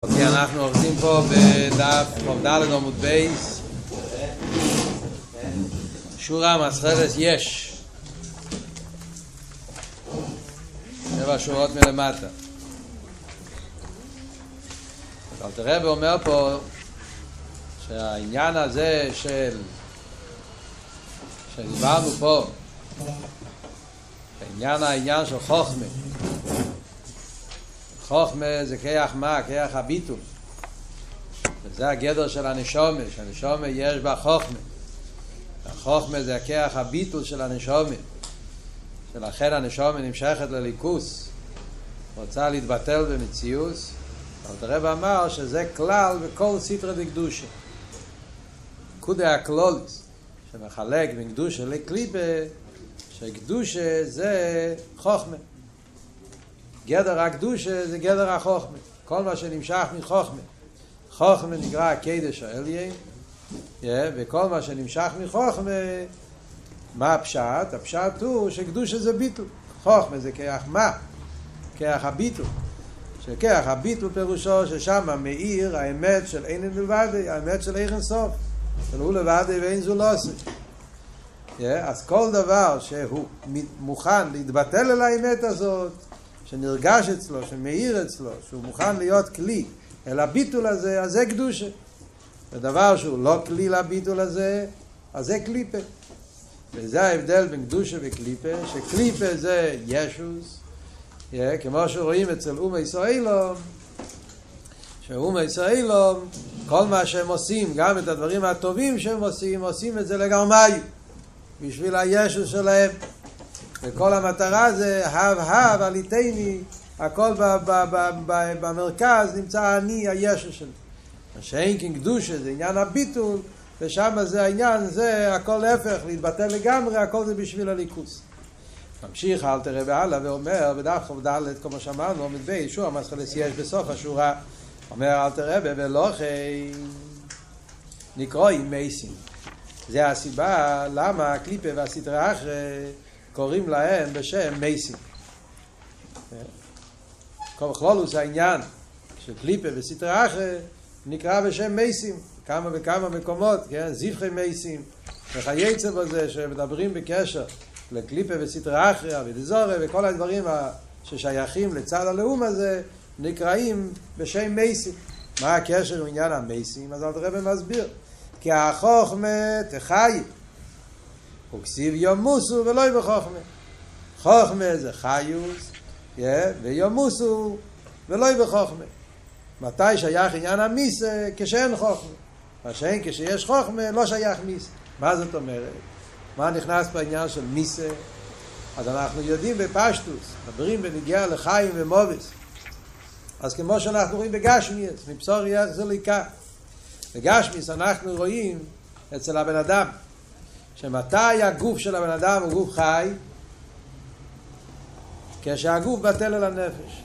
אוקיי, אנחנו עובדים פה בדף ד' עמוד בייס, שורה מסחרס יש 7 שורות מלמטה. אבל תראה ואומר פה שהעניין הזה שדיברנו פה, העניין של חוכמה, חוכמה זה כיח מה? כיח הביטול. וזה הגדר של הנשומה, שהנשומה יש בה חוכמה. החוכמה זה הכיח הביטול של הנשומה. שלכן הנשומה נמשכת לליכוס, רוצה להתבטל במציאוס. אבל הרב אמר שזה כלל בכל סתרא דקדושה. קודי הקלוליס, שמחלק בין קדושה לקליפה, שקדושה זה חוכמה. גדר הקדושה זה גדר החוכמה. כל מה שנמשך מחוכמה. חוכמה נקרא הקדש העליון, וכל מה שנמשך מחוכמה, מה הפשט? הפשט הוא שקדושה זה ביטול. חוכמה זה כיח מה? כיח הביטול. שכיח הביטול פירושו ששם מאיר האמת של אין לבד, האמת של אין סוף. של הוא לבד ואין זו לא עושה. אז כל דבר שהוא מוכן להתבטל על האמת הזאת, שנרגש אצלו, שמאיר אצלו, שהוא מוכן להיות כלי אל הביטול הזה, אז זה קדושה. ודבר שהוא לא כלי לביטול הזה, אז זה קליפה. וזה ההבדל בין קדושה וקליפה, שקליפה זה ישוס, כמו שרואים אצל אומה ישראלום, שאומה ישראלום, כל מה שהם עושים, גם את הדברים הטובים שהם עושים את זה לגרמאי, בשביל הישוס שלהם. וכל המטרה זה הב עליתני, הכל במרכז נמצא אני, הישו שלי. מה שאין כן קדושה זה עניין הביטול, ושם זה העניין, זה הכל להפך, להתבטל לגמרי, הכל זה בשביל הליכוס. ממשיך אל תראה והלאה ואומר, בדף ד' כמו שאמרנו, עומד בישוע מסחלס יש בסוף השורה, אומר אל תראה ולוכי נקרואים מייסים. זה הסיבה למה הקליפה והסתרא אחרי קוראים להם בשם מייסים. כל כלולוס העניין של קליפה וסתרא אחרי נקרא בשם מייסים. כמה וכמה מקומות, כן? זבחי מייסים וכייצא בזה שמדברים בקשר לקליפה וסתרא אחרי ודזורי וכל הדברים ששייכים לצד הלאום הזה נקראים בשם מייסים. מה הקשר עם עניין המייסים? אז אל תראה ומסביר. כי החוכמה תחי וכסיב יומוסו ולא בחוכמה. חוכמה זה חיוס, ויומוסו ולא בחוכמה. מתי שייך עניין המיסה? כשאין חוכמה. מה שאין כשיש חוכמה לא שייך מיסה. מה זאת אומרת? מה נכנס בעניין של מיסה? אז אנחנו יודעים בפשטוס, מדברים בנגיעה לחיים ומובס. אז כמו שאנחנו רואים בגשמיס, מבשור יח זה ליקה. בגשמיס אנחנו רואים אצל הבן אדם, שמתי הגוף של הבן אדם הוא גוף חי? כשהגוף בטל על הנפש.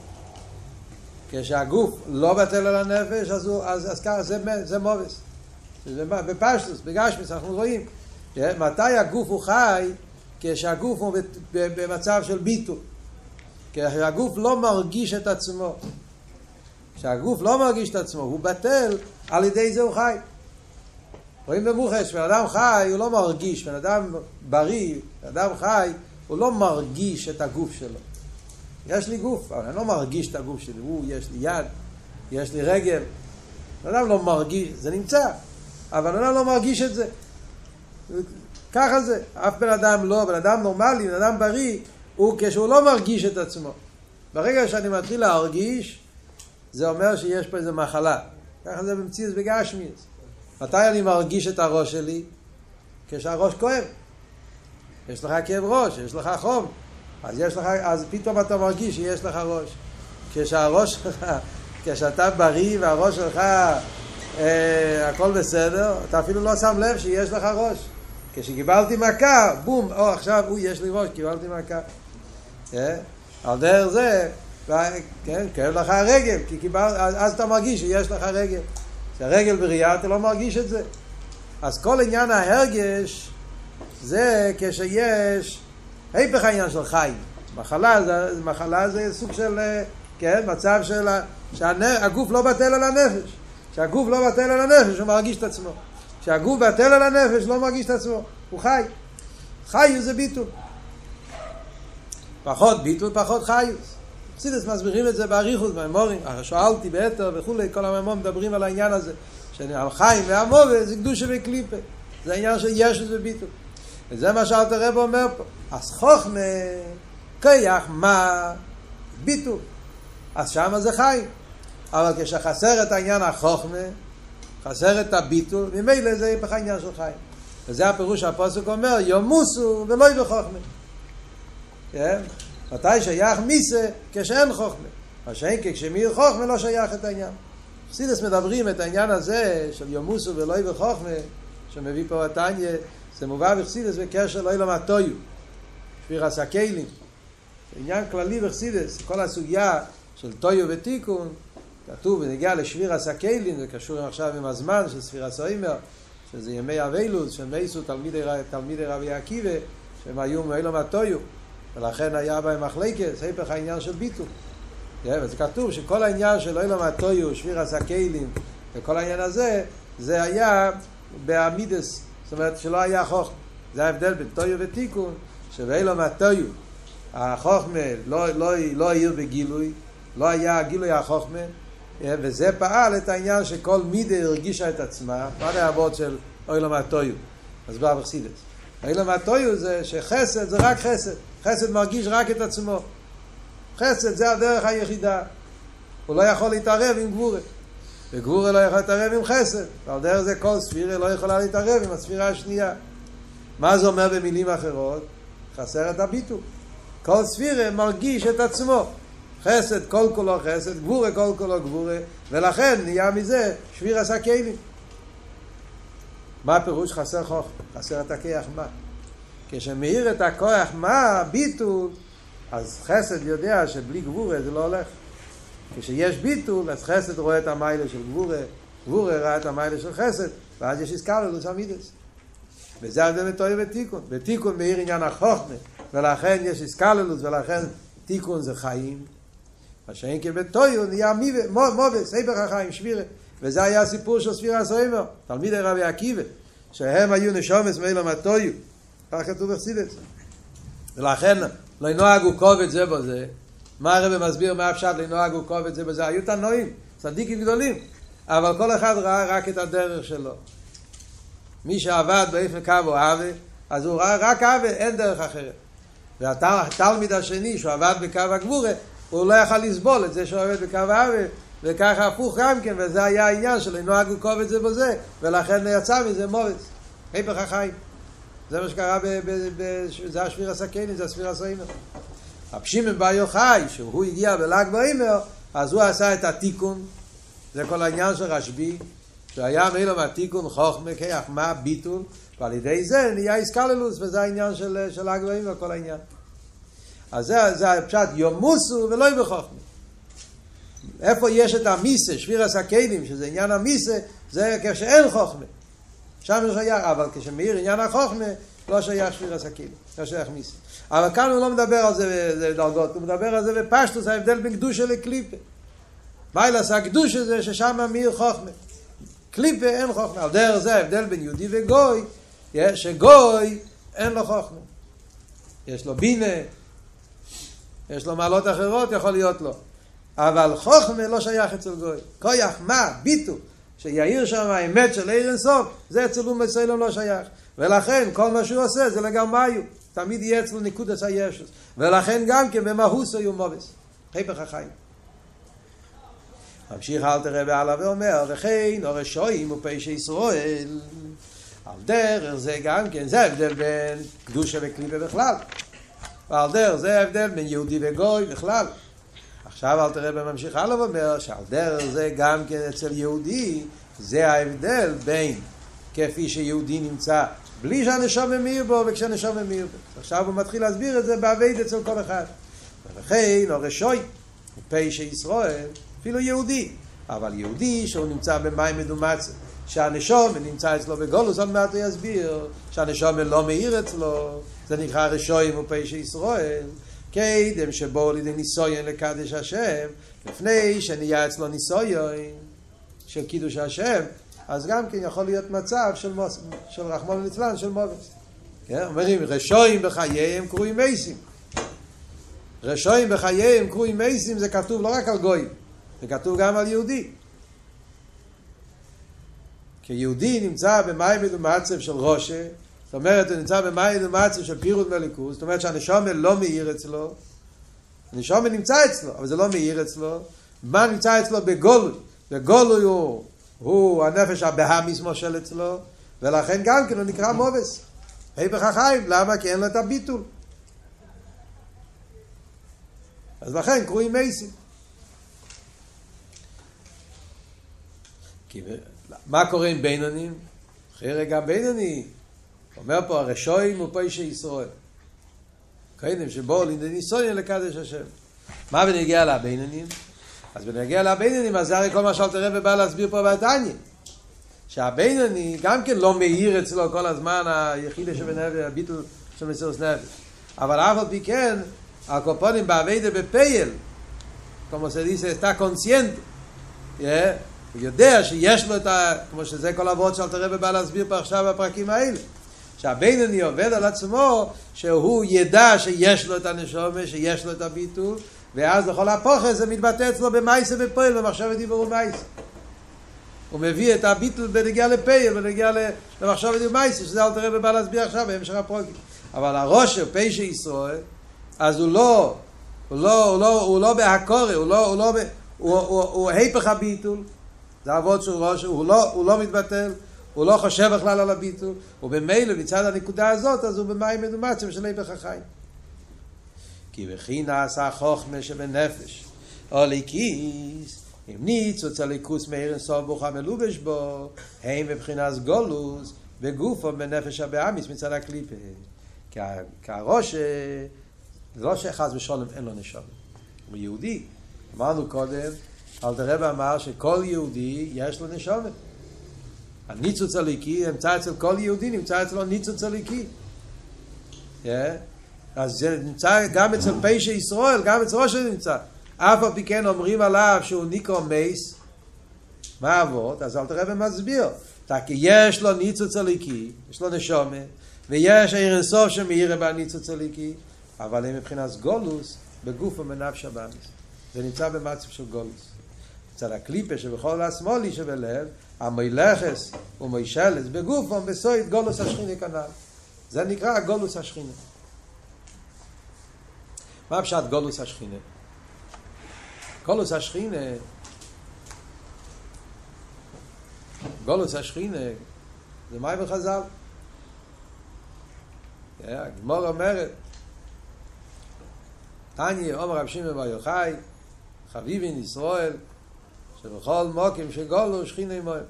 כשהגוף לא בטל על הנפש, אז ככה זה מובס. בפשטוס, בגשמיס אנחנו רואים, מתי הגוף הוא חי? כשהגוף הוא במצב של ביטול. כשהגוף לא מרגיש את עצמו. כשהגוף לא מרגיש את עצמו, הוא בטל, על ידי זה הוא חי. רואים במוחש, בן אדם חי, הוא לא מרגיש, בן אדם בריא, בן אדם חי, הוא לא מרגיש את הגוף שלו. יש לי גוף, אבל אני לא מרגיש את הגוף שלי. יש לי יד, יש לי רגל. בן אדם לא מרגיש, זה נמצא, אבל בן אדם לא מרגיש את זה. ככה זה. אף בן אדם לא, בן אדם נורמלי, בן אדם בריא, הוא כשהוא לא מרגיש את עצמו. ברגע שאני מתחיל להרגיש, זה אומר שיש פה איזו מחלה. ככה זה במציאות בגשמיס. מתי אני מרגיש את הראש שלי? כשהראש כואב. יש לך כאב ראש, יש לך חום. אז פתאום אתה מרגיש שיש לך ראש. כשהראש שלך, כשאתה בריא והראש שלך הכל בסדר, אתה אפילו לא שם לב שיש לך ראש. כשקיבלתי מכה, בום, עכשיו, יש לי ראש, קיבלתי מכה. על דרך זה, כאב לך הרגל, אז אתה מרגיש שיש לך רגל. כשהרגל בריאה, אתה לא מרגיש את זה. אז כל עניין ההרגש, זה כשיש היפך העניין של חיים. מחלה זה סוג של, כן, מצב של שהגוף לא בטל על הנפש. כשהגוף לא בטל על הנפש הוא מרגיש את עצמו. כשהגוף בטל על הנפש לא מרגיש את עצמו, הוא חי. חיוס זה ביטול. פחות ביטול, פחות חיוס. חסידות מסבירים את זה באריכות, מהאמורים, שאלתי ביתר וכולי, כל המאמרים מדברים על העניין הזה, שהחיים והמוות זה קדושה וקליפה. זה העניין של ישוס וביטול. וזה מה שאלתר רב אומר פה. אז חוכמה, כיח, מה? ביטול. אז שמה זה חיים. אבל כשחסר את העניין החוכמה, חסר את הביטול, ממילא זה יפך העניין של חיים. וזה הפירוש שהפוסק אומר, יומוסו ולא יבוא חוכמה. כן? מתי שייך מיסה כשאין חוכמה. מה שאין כשמיר חוכמה לא שייך את העניין. חסידות מדברים את העניין הזה של יומוסו ולא יבוא חוכמה, שמביא פה התניא, זה מובא בחסידות בקשר לאילום הטויו. שבירת הכלים. זה עניין כללי בחסידות, כל הסוגיה של טויו ותיקון, כתוב ונגיע לשבירת הכלים, זה קשור עכשיו עם הזמן של ספירת סוימר, שזה ימי אבילוס, שמייסו תלמידי רבי עקיבא, שהם היו מאילום הטויו, ולכן היה בהם מחלקת, היפך העניין של ביטול. וזה כתוב שכל העניין של אילום הטויו, שבירת הכלים, וכל העניין הזה, זה היה בעמידס, זאת אומרת שלא היה חוכמה. זה ההבדל בין טויו ותיקון, שבאילום הטויו, החוכמה לא העיר בגילוי, לא היה גילוי החוכמה, וזה פעל את העניין שכל מידה הרגישה את עצמה. מה זה העבוד של אילום הטויו? אז בא בחסידות. אילום הטויו זה שחסד זה רק חסד. חסד מרגיש רק את עצמו. חסד זה הדרך היחידה. הוא לא יכול להתערב עם גבורה. וגבורה לא יכול להתערב עם חסד. ועל דרך זה כל ספירה לא יכולה להתערב עם הספירה השנייה. מה זה אומר במילים אחרות? חסר את הביטול. כל ספירה מרגיש את עצמו. חסד כל כולו חסד, גבורה כל כולו גבורה, ולכן נהיה מזה שבירת הכלים. מה הפירוש חסר חוכמה? חסר את הכיח מה? כשמאיר את הכוח מה, ביטול, אז חסד יודע שבלי גבורה זה לא הולך. כשיש ביטול, אז חסד רואה את המיילה של גבורה, גבורה רואה את המיילה של חסד, ואז יש איסקלולוס אמיתוס. וזה ההבדל בין טויו ותיקון. בתיקון מאיר עניין החוכמה, ולכן יש איסקלולוס, ולכן תיקון זה חיים. מה שאין כבטויו נהיה מובס, היפך החיים, שבירה. וזה היה הסיפור של ספירת סוימר, תלמידי רבי עקיבא, שהם היו נשומס מאילום הטויו. כך כתוב בחסידות. ולכן לא ינוהגו כובד זה בזה. מה הרב מסביר מה אפשר לנוהגו כובד זה בזה? היו תנועים, צדיקים גדולים, אבל כל אחד ראה רק את הדרך שלו. מי שעבד באופן קו או אהבה, אז הוא ראה רק אהבה, אין דרך אחרת. והתלמיד השני שהוא עבד בקו הגבורה, הוא לא יכל לסבול את זה שהוא עובד בקו האווה, וככה הפוך גם כן, וזה היה העניין של נוהגו כובד זה בזה, ולכן יצא מזה מובץ, היפך החיים. זה מה שקרה, זה השבירת הכלים, זה הספירת סוימר. רב שמעון בר יוחאי, שהוא הגיע בל"ג בעומר, אז הוא עשה את התיקון, זה כל העניין של רשב"י, שהיה מאילום התיקון חוכמה, כיח מה, ביטול, ועל ידי זה נהיה איסקלולוס, וזה העניין של ל"ג בעומר, כל העניין. אז זה הפשט יומוסו ולא יבוא חוכמה. איפה יש את המיסה, שבירת הכלים, שזה עניין המיסה, זה כשאין חוכמה. שם זה שייך, אבל כשמאיר עניין החוכמה, לא שייך שבירת הכלים, לא שייך מיסה. אבל כאן הוא לא מדבר על זה בדרגות, הוא מדבר על זה בפשטוס, ההבדל בין קדושה לקליפה. מיילס הקדושה זה ששם מאיר חוכמה. קליפה אין חוכמה. על דרך זה ההבדל בין יהודי וגוי, שגוי אין לו חוכמה. יש לו בינה, יש לו מעלות אחרות, יכול להיות לו. אבל חוכמה לא שייך אצל גוי. כוח מה, ביטול, שיעיר שם האמת של עיר אינסוף, זה אצל אומות ישראל לא שייך. ולכן כל מה שהוא עושה זה לגמרי, תמיד יהיה אצלו נקודת הישוס. ולכן גם כן במהוס היו מובס. היפך החיים. ממשיך אלתר רבי הלאה ואומר, וכן הרשעים ופשע ישראל, על דרך זה גם כן, זה הבדל בין קדושה וקליפה בכלל. ועל דרך זה ההבדל בין יהודי וגוי בכלל. עכשיו אלתר רבי ממשיך הלאה ואומר שעל דרך זה גם כן אצל יהודי, זה ההבדל בין כפי שיהודי נמצא בלי שהנשמה מאיר בו וכשהנשמה מאיר בו. עכשיו הוא מתחיל להסביר את זה בעבד אצל כל אחד. ולכן הרשעים ופשע ישראל, אפילו יהודי, אבל יהודי שהוא נמצא במים מדומצת, שהנשום נמצא אצלו בגולוס, עוד מעט הוא יסביר שהנשום לא מאיר אצלו, זה נקרא רשעים ופשע ישראל. קדם שבו לידי ניסויון לקדש השם, לפני שנהיה אצלו ניסויון של קידוש השם, אז גם כן יכול להיות מצב של רחמנא ליצלן, של מובס. אומרים, רשועים בחייהם קרויים מייסים. רשועים בחייהם קרויים מייסים, זה כתוב לא רק על גויים, זה כתוב גם על יהודי. כי יהודי נמצא במיימד ומצב של ראשה, זאת אומרת, הוא נמצא במיימד ומצב של פירוט מליכוז, זאת אומרת שהנשמה לא מאיר אצלו, הנשמה נמצא אצלו, אבל זה לא מאיר אצלו. מה נמצא אצלו? בגולוי. בגולוי הוא הנפש הבהמיס מושל אצלו, ולכן גם כן הוא נקרא מובס. היפך החיים, למה? כי אין לו את הביטול. אז לכן קרויים מייסים. מה קורה עם בינונים? אחרי רגע בינוני, אומר פה הרשועים ופשעי ישראל. קיידם שבו לידי ניסויון לקדש השם. מה בנגיע לבינונים? אז בנגיע לבינונים, אז זה הרי כל מה שאלתר רבי בא להסביר פה בתניא. שהבינוני גם כן לא מאיר אצלו כל הזמן היחידה שבנפש, הביטול של מסירות נפש. אבל אף על פי כן, הקופונים בעבודה בפייל, כמו שדיסה, está consciente. הוא יודע שיש לו את כמו שזה כל העבוד שאלתר רבי בא להסביר פה עכשיו בפרקים האלה. שהבינוני עובד על עצמו, שהוא ידע שיש לו את הנשמה, שיש לו את הביטול, ואז לכל הפוחס זה מתבטא אצלו במייסה בפועל, במחשבת דיבור ומייסה. הוא מביא את הביטול בנגיע לפייל, בנגיע למחשבת דיבור ומייסה, שזה אלתר רבי בא להסביר עכשיו בהמשך הפרקים. אבל הראש של פשע ישראל, אז הוא לא בהקורא, הוא היפך הביטול, זה עבוד של ראש, הוא לא מתבטל, הוא לא חושב בכלל על הביטול, ובמילא מצד הנקודה הזאת, אז הוא במים מדומצם של היפך החיים. כי בחינס החוכמה שבנפש, או ליקיס, אם ניצוץ הליכוס מאיר אינסוף ברוך המלובש בו, הם מבחינס גולוס, בגופו בנפש הבאמיס מצד הקליפה. כי הראש, זה לא שחס ושלום אין לו נשמה. הוא יהודי. אמרנו קודם, אלתר רבי אמר שכל יהודי יש לו נשמה. הניצוץ הליקי נמצא אצל כל יהודי, נמצא אצלו ניצוץ הליקי. אז זה נמצא גם אצל פשע ישראל, גם אצל ראש נמצא. אף על פי כן אומרים עליו שהוא ניקרו מייס. מה עבוד? אז אלתר רבי מסביר. כי יש לו ניצוץ הליקי, יש לו נשמה, ויש עיר אינסוף שמאיר בניצוץ הליקי, אבל הם מבחינת גולוס בגוף ובנפש הבאמיס. זה נמצא במצב של גולוס. אצל הקליפה שבכל השמאלי שבלב, המילכס ומוישלס בגוף ובסוית גולוס השכינה כנ"ל. זה נקרא גולוס השכינה. מה פשט גולוס השכינה? גולוס השכינה, גולוס השכינה, זה מה בחז"ל? הגמרא אומרת, תניא אומר רב שמעון בר יוחאי, חביבין ישראל, שבכל מוקים שגולו שכינה עמהם.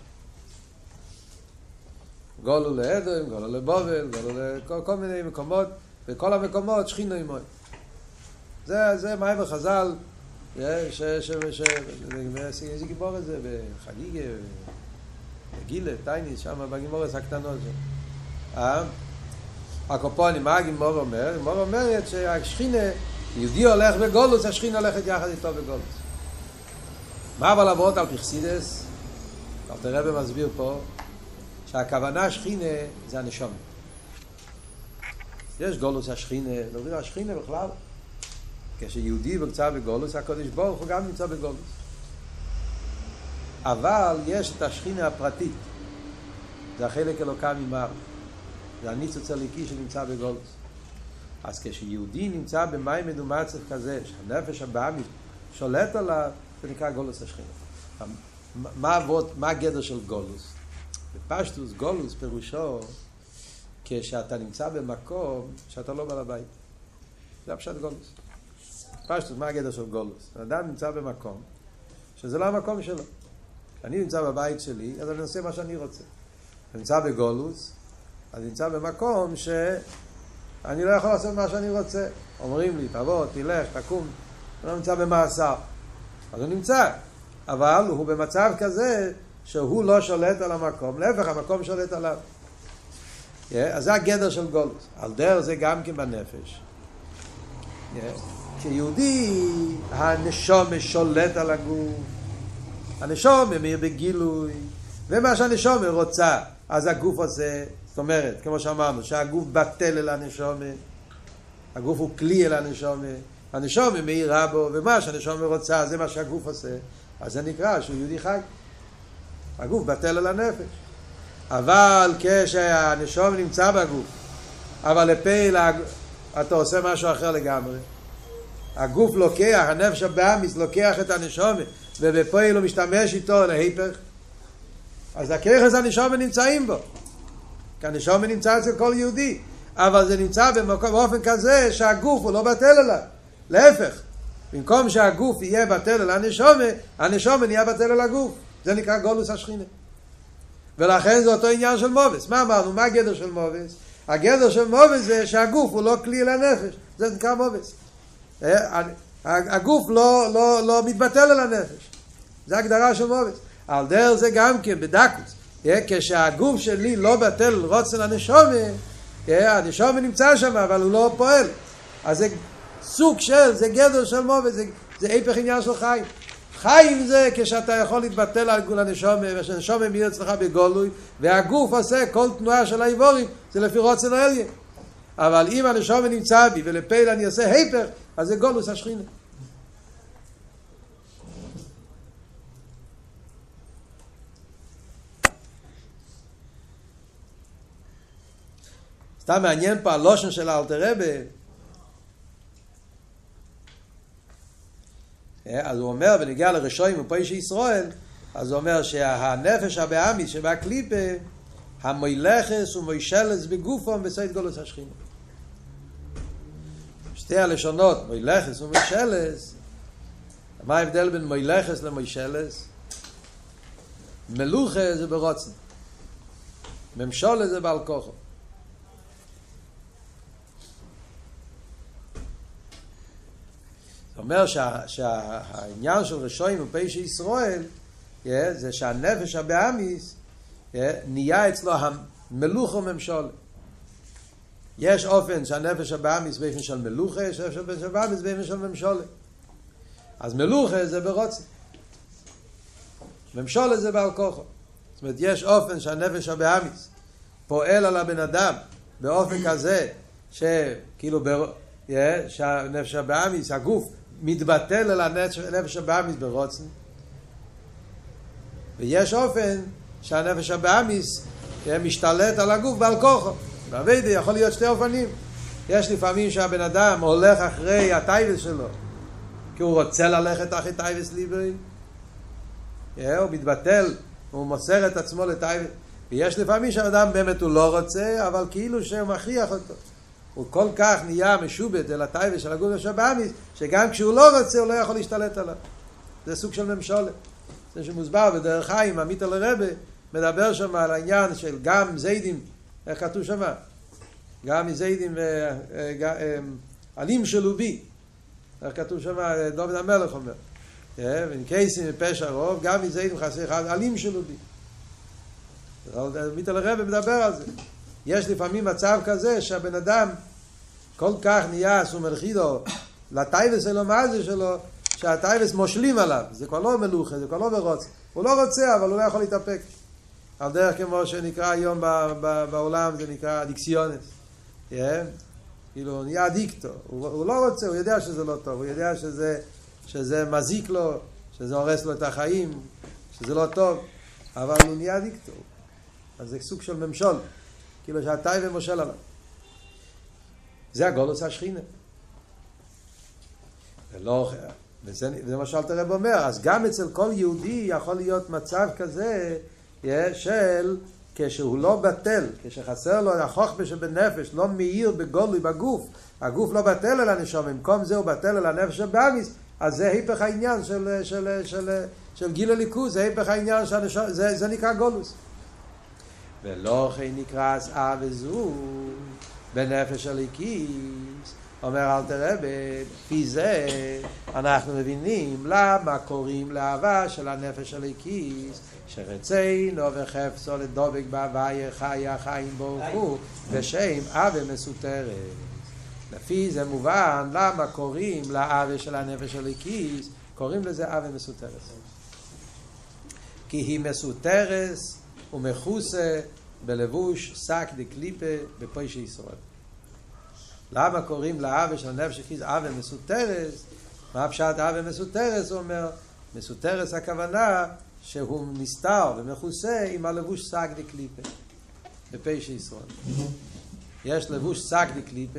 גולו לאדום, גולו לבבל, גולו לכל מיני מקומות, בכל המקומות שכינה עמהם. זה מה בחז"ל, איזה גיבור את זה, בחגיגה, בגילה, טייניס, שם בגימורס הקטנות. הקופונים, מה הגימור אומר? הגימור אומרת שהשכינה, יהודי הולך בגולוס, השכינה הולכת יחד איתו בגולוס. מה אבל עבוד על פרסידס? אלתר רבי מסביר פה שהכוונה שכינה זה הנשמה. יש גולוס השכינה, לא יודע, השכינה בכלל. כשיהודי נמצא בגולוס, הקדוש ברוך הוא גם נמצא בגולוס. אבל יש את השכינה הפרטית. זה החלק אלוקה ממעל. זה הניצוץ הליקי שנמצא בגולוס. אז כשיהודי נמצא במים מדומצב כזה, שהנפש הבאמיס שולט עליו, זה נקרא גולוס השכינה. מה הגדר של גולוס? בפשטוס גולוס פירושו כשאתה נמצא במקום שאתה לא בעל הבית. זה הפשט גולוס. פשטוס, מה הגדר של גולוס? האדם נמצא במקום שזה לא המקום שלו. אני נמצא בבית שלי, אז אני עושה מה שאני רוצה. אני נמצא בגולוס, אז נמצא במקום שאני לא יכול לעשות מה שאני רוצה. אומרים לי, תבוא, תלך, תקום. אני לא נמצא במאסר. אז הוא נמצא. אבל הוא במצב כזה שהוא לא שולט על המקום. להפך, המקום שולט עליו. אז זה הגדר של גולוס. על דרך זה גם כן בנפש. כשיהודי הנשום שולט על הגוף, הנשום מאיר בגילוי, ומה שהנשום רוצה אז הגוף עושה. זאת אומרת, כמו שאמרנו, שהגוף בטל אל הנשום, הגוף הוא כלי אל הנשום, הנשום מאירה בו, ומה שהנשום רוצה זה מה שהגוף עושה, אז זה נקרא שהוא יהודי חי. הגוף בטל אל הנפש. אבל כשהנשום נמצא בגוף, אבל לפעיל אתה עושה משהו אחר לגמרי, הגוף לוקח, הנפש הבאמיס לוקח את הנשום ובפועל הוא משתמש איתו להיפך, אז הכיחס הנשום נמצאים בו, כי הנשום נמצא אצל כל יהודי, אבל זה נמצא באופן כזה שהגוף הוא לא בטל אליו, להפך, במקום שהגוף יהיה בטל אל הנשום, הנשום נהיה בטל אל הגוף. זה נקרא גולוס השכינה. ולכן זה אותו עניין של מובס. מה אמרנו? מה הגדר של מובס? הגדר של מובס זה שהגוף הוא לא כלי אל הנפש, זה נקרא מובס. הגוף לא מתבטל אל הנפש, זה הגדרה של מובס. על דרך זה גם כן בדקוס, כשהגוף שלי לא בטל רוצן הנשום, הנשום נמצא שם אבל הוא לא פועל, אז זה סוג של, זה גדר של מובס, זה היפך עניין של חיים. חיים זה כשאתה יכול להתבטל על הנשום, ושהנשום מאיר אצלך בגולוי, והגוף עושה כל תנועה של האיבורים, זה לפי רוצן העליון. אבל אם הנשום נמצא בי ולפעיל אני עושה היפך, אז זה גולוס השכינה. סתם מעניין פה הלושן של האלטר רבי. אז הוא אומר בנגיע לרשועים ופויש ישראל, אז הוא אומר שהנפש הבאמיס שבקליפה המוילכס ומוישלס בגופם בסייד גולוס השכינה. שתי הלשונות מוילכס ומוישלס, מה ההבדל בין מוילכס למוישלס? מלוכה זה ברוצן, ממשולה זה בעל כוחו. זאת אומרת שהעניין של רשועים ופשע ישראל זה שהנפש הבאמיס נהיה אצלו המלוכה וממשולה. יש אופן שהנפש הבאמיס באופן של מלוכה, יש אופן של הבאמיס באופן של ממשולה. אז מלוכה זה ברוצן, ממשולה זה בעל כוחו. זאת אומרת יש אופן שהנפש הבאמיס פועל על הבן אדם באופן כזה שכאילו שהנפש הבאמיס, הגוף מתבטל על הנפש הבאמיס ברוצן, ויש אופן שהנפש הבאמיס משתלט על הגוף בעל כוחו. בעבודה יכול להיות שתי אופנים. יש לפעמים שהבן אדם הולך אחרי הטייבס שלו כי הוא רוצה ללכת אחרי טייבס ליברי, הוא מתבטל, הוא מוסר את עצמו לטייבס. ויש לפעמים שהאדם באמת הוא לא רוצה, אבל כאילו שהוא מכריח אותו, הוא כל כך נהיה משובט אל הטייבס של הגוף של הבאמיס, שגם כשהוא לא רוצה הוא לא יכול להשתלט עליו. זה סוג של ממשלה. זה שמוסבר בדרך חיים, עמית אל רבי מדבר שם על העניין של גם זיידים, איך כתוב שם? גם זיידים עלים שלו בי, איך כתוב שם? דוד המלך אומר, ונקייסים מפשע רוב, גם זיידים חסר אחד, עלים שלו בי. עמית אל רבי מדבר על זה. יש לפעמים מצב כזה שהבן אדם כל כך נהיה סומרחידו לטייבס שלו, מה זה שלו, שהטייבס מושלים עליו, זה כבר לא מלוכה, זה כבר לא מרוץ, הוא לא רוצה אבל הוא לא יכול להתאפק. על דרך כמו שנקרא היום בעולם, זה נקרא אדיקציונס, כאילו הוא נהיה אדיקטו, הוא לא רוצה, הוא יודע שזה לא טוב, הוא יודע שזה מזיק לו, שזה הורס לו את החיים, שזה לא טוב, אבל הוא נהיה אדיקטו. אז זה סוג של ממשול, כאילו שהטייבס מושל עליו. זה הגולוס השכינה. וזה מה שאלתר רבי אומר, אז גם אצל כל יהודי יכול להיות מצב כזה של כשהוא לא בטל, כשחסר לו החוכמה שבנפש, לא מאיר בגולוי בגוף, הגוף לא בטל על הנשום, במקום זה הוא בטל על הנפש הבאמיס, אז זה היפך העניין של גיל הליכוז, זה היפך העניין זה נקרא גולוס. ולא כן נקרא סעה וזו בנפש הליקיס. אומר אלתר רבי, לפי זה אנחנו מבינים למה קוראים לאהבה של הנפש הליקיס שרצינו וחפצו לדבק בהוויה חיה חיים ברוך הוא בשם אהבה מסותרת. לפי זה מובן למה קוראים לאווה של הנפש הליקיס, קוראים לזה אווה מסותרס. כי היא מסותרס ומכוסה בלבוש שק דקליפה בפוישי ישראל. למה קוראים לאווה של הנפש הליקיס אווה מסותרס? מה פשט אווה מסותרס? הוא אומר, מסותרס הכוונה שהוא נסתר ומכוסה עם הלבוש שק דקליפה בפוישי ישראל. יש לבוש שק דקליפה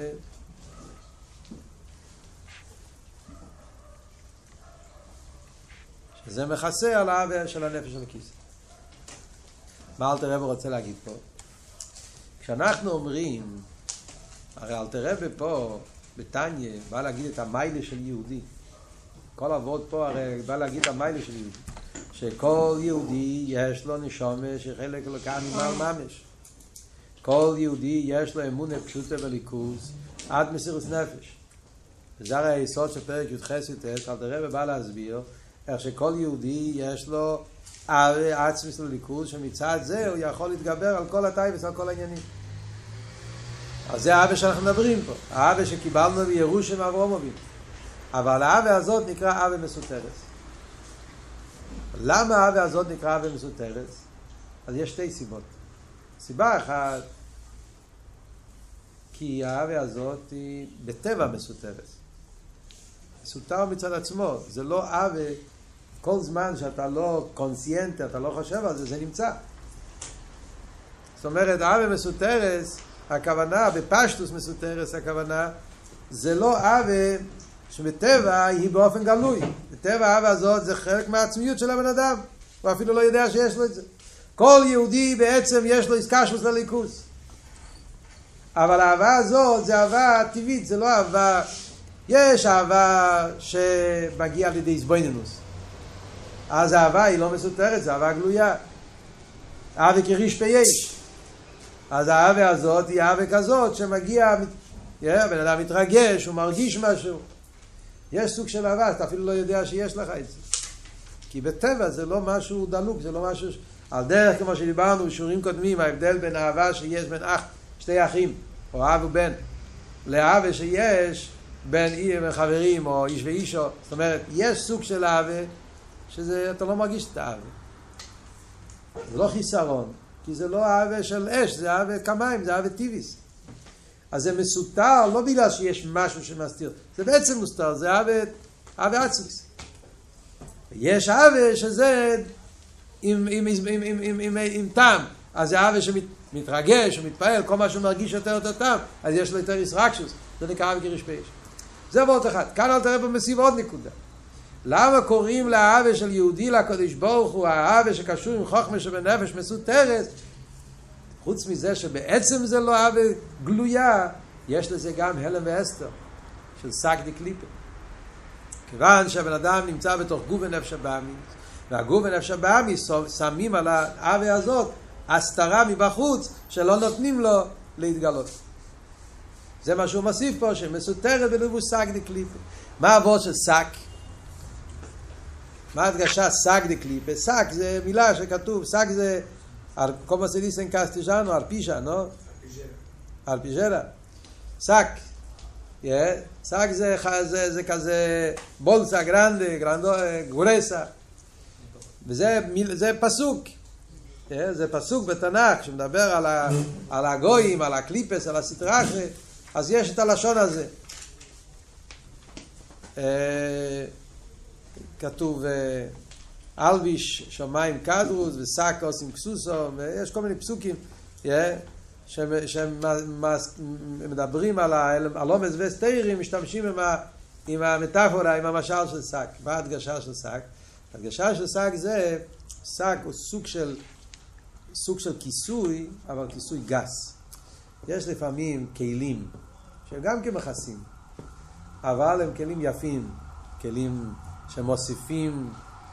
שזה מכסה על האווה של הנפש של הכיס. מה אלתר רבי רוצה להגיד פה? כשאנחנו אומרים, הרי אלתר רבי פה בתניא בא להגיד את המיילה של יהודי. כל עבוד פה הרי בא להגיד את המיילה של יהודי. שכל יהודי יש לו נשמה שחלק לקה ממעל ממש. כל יהודי יש לו אמונה פשוטה בליכוז עד מסירות נפש. וזה הרי היסוד של פרק י"ח י"ט, אלתר רבי בא להסביר איך שכל יהודי יש לו עצמוס לליכוז, שמצד זה הוא יכול להתגבר על כל הטייבס, על כל העניינים. אז זה האווה שאנחנו מדברים פה, האווה שקיבלנו בירושה מאברהם אבינו. אבל האווה הזאת נקרא אווה מסותרס. למה האווה הזאת נקרא אווה מסותרס? אז יש שתי סיבות. סיבה אחת, כי האווה הזאת היא בטבע מסותרס. מסותר מצד עצמו, זה לא אווה, כל זמן שאתה לא קונסיינט, אתה לא חושב על זה, זה נמצא. זאת אומרת, אווה מסותרס, הכוונה, בפשטוס מסותרס, הכוונה, זה לא אווה שבטבע היא באופן גלוי. בטבע האווה הזאת זה חלק מהעצמיות של הבן אדם, הוא אפילו לא יודע שיש לו את זה. כל יהודי בעצם יש לו איסקשוס לליכוס. אבל האהבה הזאת זה אהבה טבעית, זה לא אהבה, יש אהבה שמגיעה לידי איזבוינינוס. אז האהבה היא לא מסותרת, זה אהבה גלויה. אהבה כריש פייש. אז האהבה הזאת היא אהבה כזאת שמגיע, בן אדם מתרגש, הוא מרגיש משהו. יש סוג של אהבה, אתה אפילו לא יודע שיש לך את זה. כי בטבע זה לא משהו דלוק, זה לא משהו, על דרך כמו שדיברנו בשיעורים קודמים, ההבדל בין אהבה שיש בין שתי אחים, או אב ובן, לאהבה שיש בין חברים או איש ואישו. זאת אומרת, יש סוג של אהבה שזה, אתה לא מרגיש את האהבה. זה לא חיסרון, כי זה לא אהבה של אש, זה אהבה כמיים, זה אהבה טיביס. אז זה מסותר, לא בגלל שיש משהו שמסתיר, זה בעצם מסותר, זה אהבה עצמיס. יש אהבה שזה עם טעם, אז זה אהבה שמתרגש, שמתפעל, כל מה שהוא מרגיש יותר טעם, אז יש לו יותר ישרקשוס, זה נקרא אהבה כריש פייש. זה ועוד אחד. כאן אלתר רבי מוסיף עוד נקודה. למה קוראים לאהבה של יהודי לקדוש ברוך הוא האהבה שקשור עם חוכמה שבנפש מסותרת? חוץ מזה שבעצם זה לא אהבה גלויה, יש לזה גם הלם והסתר של שק דקליפה. כיוון שהבן אדם נמצא בתוך גוף ונפש הבאמיס, והגוף ונפש הבאמיס שמים על האהבה הזאת הסתרה מבחוץ שלא נותנים לו להתגלות. זה מה שהוא מוסיף פה, שמסותרת בלבוש שק דקליפה. מה העבוד של שק? מה הדגשה שק דקליפה? שק זה מילה שכתוב, שק זה, כמו שדיסן קסטיג'אנו, ארפישה, לא? ארפיג'רה. שק. שק זה כזה בולסה גרנדה, גורסה. וזה פסוק. זה פסוק בתנ"ך שמדבר על הגויים, על הקליפס, על הסטרה, אז יש את הלשון הזה. כתוב אלביש שמיים קדרוס ושק עושים כסוסו, ויש כל מיני פסוקים שמדברים על הלומס וסתירים, משתמשים עם המטאפורה, עם המשל של שק. מה ההדגשה של שק? ההדגשה של שק זה, שק הוא סוג של כיסוי, אבל כיסוי גס. יש לפעמים כלים שהם גם כמכסים, אבל הם כלים יפים, כלים שמוסיפים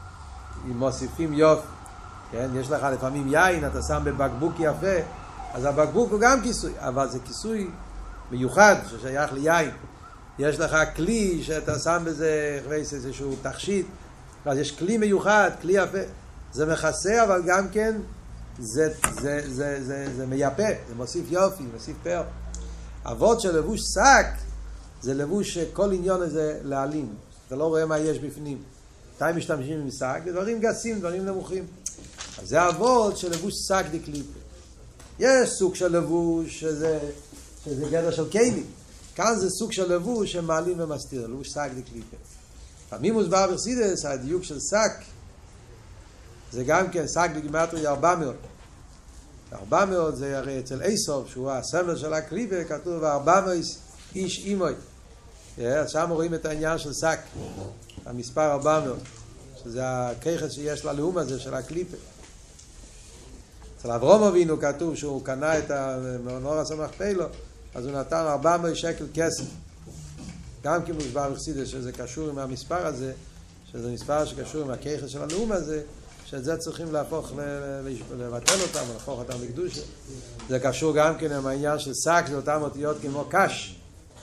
יופי. כן? יש לך לפעמים יין, אתה שם בבקבוק יפה, אז הבקבוק הוא גם כיסוי, אבל זה כיסוי מיוחד ששייך ליין. יש לך כלי שאתה שם בזה איזשהו תכשיט, אז יש כלי מיוחד, כלי יפה. זה מכסה, אבל גם כן זה מייפה, זה מוסיף יופי, מוסיף פאר. אבות של לבוש שק זה לבוש שכל עניון הזה להעלים. אתה לא רואה מה יש בפנים. מתי משתמשים עם שק? דברים גסים, דברים נמוכים. אז זה העבוד של לבוש שק דקליפה. יש סוג של לבוש שזה גדר של כלים. כאן זה סוג של לבוש שמעלים ומסתיר, לבוש שק דקליפה. פעמים מוסבר בחסידות, הדיוק של שק, זה גם כן שק בגימטריה 400. 400 זה הרי אצל איסוב, שהוא הסמל של הקליפה, כתוב 400 איש אימוי. אז שם רואים את העניין של שק, המספר 400, שזה הכיחס שיש ללאום הזה של הקליפה. אצל אברהם אבינו כתוב שהוא קנה את המאור הסמך פילו, אז הוא נתן 400 שקל כסף. גם כי מוסבר בחסידות שזה קשור עם המספר הזה, שזה מספר שקשור עם הכיחס של הלאום הזה, שאת זה צריכים להפוך, לבטל אותם, להפוך אותם לקדושה. זה קשור גם כן עם העניין של שק, זה אותם אותיות כמו קש.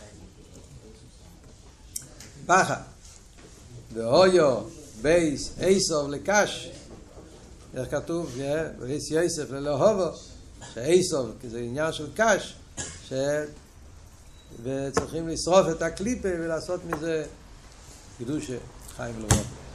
פחד. והויו, בייס, איסוב לקש. איך כתוב? ואיס יוסף ללהובו, שאיסוב, כי זה עניין של קש, וצריכים לשרוף את הקליפה ולעשות מזה קדושה חיים ולבוא.